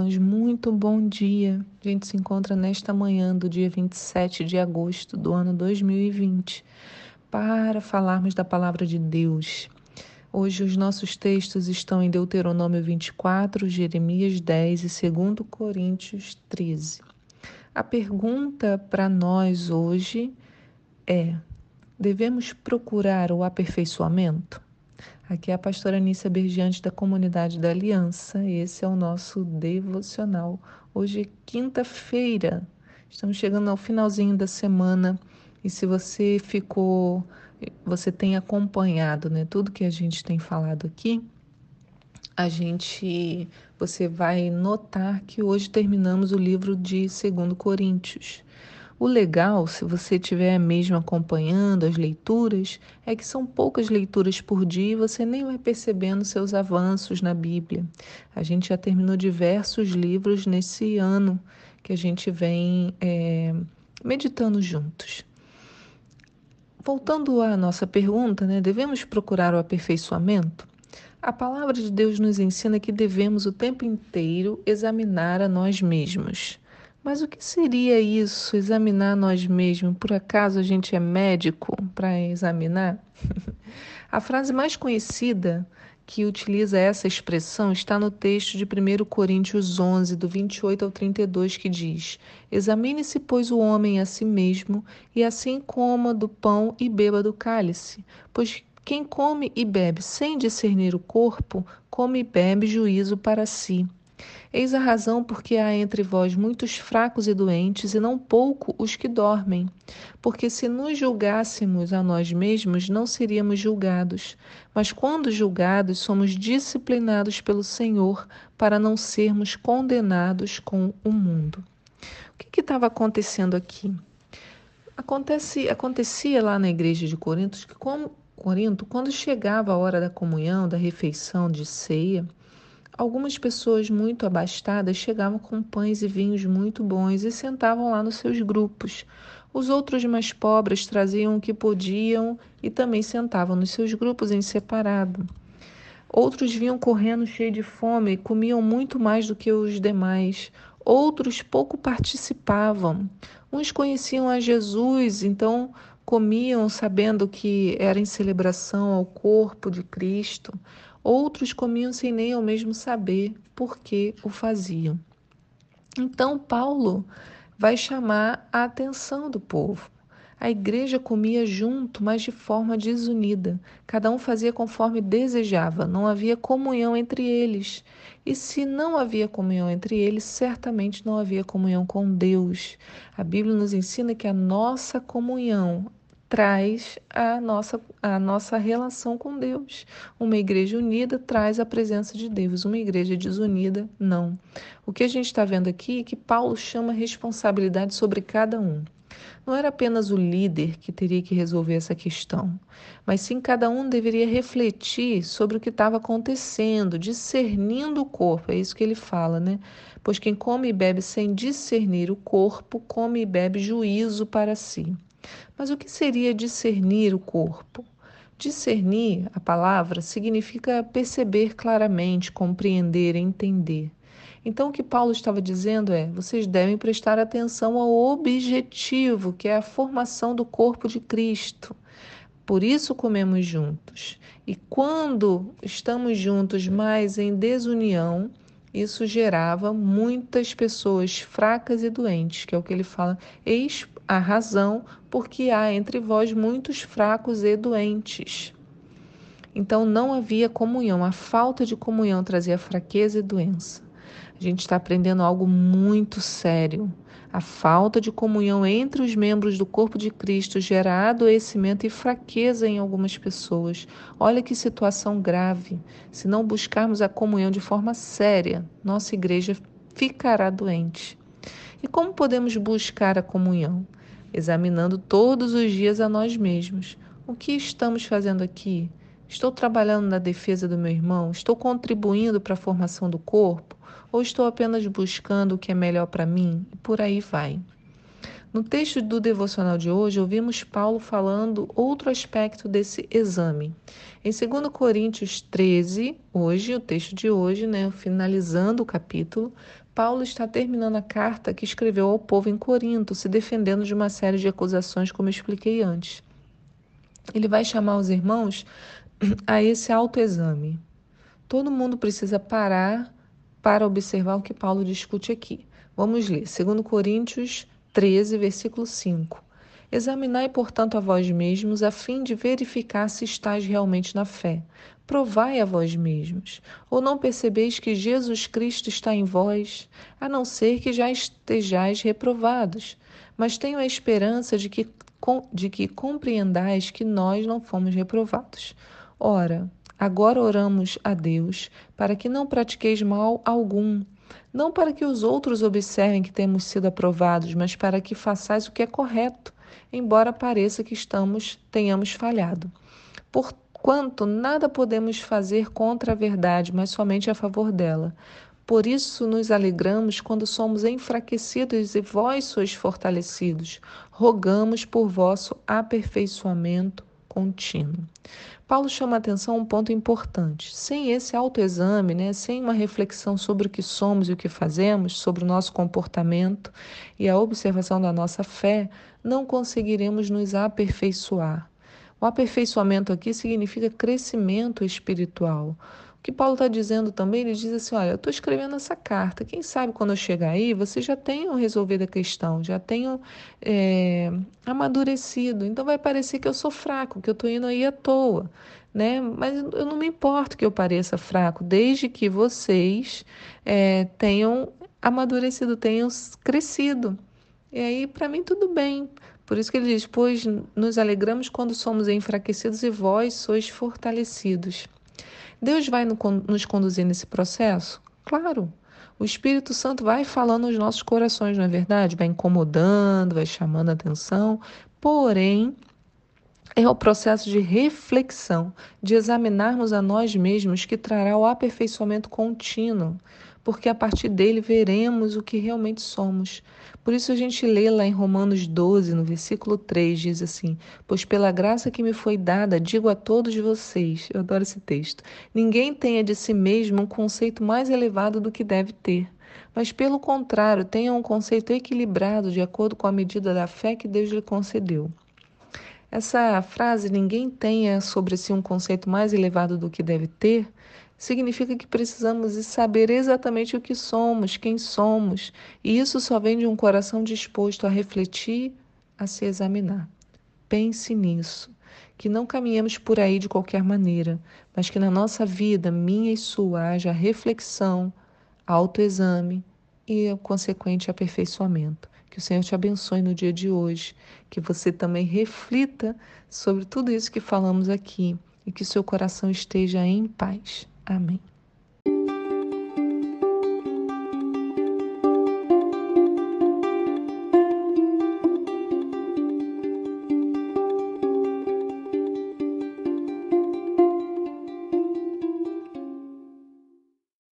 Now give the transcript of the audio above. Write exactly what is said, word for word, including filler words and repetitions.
irmãs, muito bom dia. A gente se encontra nesta manhã do dia vinte e sete de agosto do ano dois mil e vinte para falarmos da palavra de Deus. Hoje os nossos textos estão em Deuteronômio vinte e quatro, Jeremias dez e dois Coríntios treze. A pergunta para nós hoje é: devemos procurar o aperfeiçoamento? Aqui é a pastora Anícia Bergiante da Comunidade da Aliança. Esse é o nosso devocional. Hoje é quinta-feira. Estamos chegando ao finalzinho da semana. E se você ficou, você tem acompanhado, né, tudo que a gente tem falado aqui, a gente, você vai notar que hoje terminamos o livro de dois Coríntios. O legal, se você estiver mesmo acompanhando as leituras, é que são poucas leituras por dia e você nem vai percebendo seus avanços na Bíblia. A gente já terminou diversos livros nesse ano que a gente vem é, meditando juntos. Voltando à nossa pergunta, né, devemos procurar o aperfeiçoamento? A palavra de Deus nos ensina que devemos o tempo inteiro examinar a nós mesmos. Mas o que seria isso, examinar nós mesmos? Por acaso a gente é médico para examinar? A frase mais conhecida que utiliza essa expressão está no texto de primeiro Coríntios onze, do vinte e oito ao trinta e dois, que diz: Examine-se, pois, o homem a si mesmo, e assim coma do pão e beba do cálice. Pois quem come e bebe sem discernir o corpo, come e bebe juízo para si. Eis a razão porque há entre vós muitos fracos e doentes, e não pouco os que dormem. Porque se nos julgássemos a nós mesmos, não seríamos julgados. Mas quando julgados, somos disciplinados pelo Senhor, para não sermos condenados com o mundo. O que estava acontecendo aqui? Acontece, acontecia lá na igreja de Corinto que, como Corinto, quando chegava a hora da comunhão, da refeição, de ceia, algumas pessoas muito abastadas chegavam com pães e vinhos muito bons e sentavam lá nos seus grupos. Os outros mais pobres traziam o que podiam e também sentavam nos seus grupos em separado. Outros vinham correndo cheios de fome e comiam muito mais do que os demais. Outros pouco participavam. Uns conheciam a Jesus, então comiam sabendo que era em celebração ao corpo de Cristo. Outros comiam sem nem ao mesmo saber por que o faziam. Então Paulo vai chamar a atenção do povo. A igreja comia junto, mas de forma desunida. Cada um fazia conforme desejava, não havia comunhão entre eles. E se não havia comunhão entre eles, certamente não havia comunhão com Deus. A Bíblia nos ensina que a nossa comunhão traz a nossa, a nossa relação com Deus. Uma igreja unida traz a presença de Deus, uma igreja desunida, não. O que a gente está vendo aqui é que Paulo chama responsabilidade sobre cada um. Não era apenas o líder que teria que resolver essa questão, mas sim cada um deveria refletir sobre o que estava acontecendo, discernindo o corpo, é isso que ele fala, né? Pois quem come e bebe sem discernir o corpo, come e bebe juízo para si. Mas o que seria discernir o corpo? Discernir, a palavra, significa perceber claramente, compreender, entender. Então, o que Paulo estava dizendo é: vocês devem prestar atenção ao objetivo, que é a formação do corpo de Cristo. Por isso comemos juntos. E quando estamos juntos, mas em desunião, isso gerava muitas pessoas fracas e doentes, que é o que ele fala. Eis a razão porque há entre vós muitos fracos e doentes. Então não havia comunhão. A falta de comunhão trazia fraqueza e doença. A gente está aprendendo algo muito sério. A falta de comunhão entre os membros do corpo de Cristo gera adoecimento e fraqueza em algumas pessoas. Olha que situação grave. Se não buscarmos a comunhão de forma séria, nossa igreja ficará doente. E como podemos buscar a comunhão? Examinando todos os dias a nós mesmos. O que estamos fazendo aqui? Estou trabalhando na defesa do meu irmão? Estou contribuindo para a formação do corpo? Ou estou apenas buscando o que é melhor para mim? E por aí vai. No texto do devocional de hoje, ouvimos Paulo falando outro aspecto desse exame. Em dois Coríntios treze, hoje, o texto de hoje, né, finalizando o capítulo, Paulo está terminando a carta que escreveu ao povo em Corinto, se defendendo de uma série de acusações, como eu expliquei antes. Ele vai chamar os irmãos a esse autoexame. Todo mundo precisa parar para observar o que Paulo discute aqui. Vamos ler, dois Coríntios treze, versículo cinco. Examinai, portanto, a vós mesmos, a fim de verificar se estáis realmente na fé. Provai a vós mesmos. Ou não percebeis que Jesus Cristo está em vós, a não ser que já estejais reprovados? Mas tenho a esperança de que, de que compreendais que nós não fomos reprovados. Ora, agora oramos a Deus para que não pratiqueis mal algum, não para que os outros observem que temos sido aprovados, mas para que façais o que é correto, embora pareça que estamos, tenhamos falhado. Porquanto nada podemos fazer contra a verdade, mas somente a favor dela. Por isso nos alegramos quando somos enfraquecidos e vós sois fortalecidos. Rogamos por vosso aperfeiçoamento contínuo. Paulo chama a atenção a um ponto importante. Sem esse autoexame, né, sem uma reflexão sobre o que somos e o que fazemos, sobre o nosso comportamento e a observação da nossa fé, não conseguiremos nos aperfeiçoar. O aperfeiçoamento aqui significa crescimento espiritual. O que Paulo está dizendo também, ele diz assim, olha, eu estou escrevendo essa carta, quem sabe quando eu chegar aí, vocês já tenham resolvido a questão, já tenham é, amadurecido, então vai parecer que eu sou fraco, que eu estou indo aí à toa, né? Mas eu não me importo que eu pareça fraco, desde que vocês é, tenham amadurecido, tenham crescido. E aí, para mim, tudo bem. Por isso que ele diz, pois nos alegramos quando somos enfraquecidos e vós sois fortalecidos. Deus vai nos conduzir nesse processo? Claro. O Espírito Santo vai falando nos nossos corações, não é verdade? Vai incomodando, vai chamando a atenção. Porém, é o processo de reflexão, de examinarmos a nós mesmos que trará o aperfeiçoamento contínuo, porque a partir dele veremos o que realmente somos. Por isso a gente lê lá em Romanos doze, no versículo três, diz assim, pois pela graça que me foi dada, digo a todos vocês, eu adoro esse texto, ninguém tenha de si mesmo um conceito mais elevado do que deve ter, mas pelo contrário, tenha um conceito equilibrado de acordo com a medida da fé que Deus lhe concedeu. Essa frase, ninguém tenha sobre si um conceito mais elevado do que deve ter, significa que precisamos saber exatamente o que somos, quem somos, e isso só vem de um coração disposto a refletir, a se examinar. Pense nisso, que não caminhemos por aí de qualquer maneira, mas que na nossa vida, minha e sua, haja reflexão, autoexame e o consequente aperfeiçoamento. Que o Senhor te abençoe no dia de hoje, que você também reflita sobre tudo isso que falamos aqui e que seu coração esteja em paz. Amém.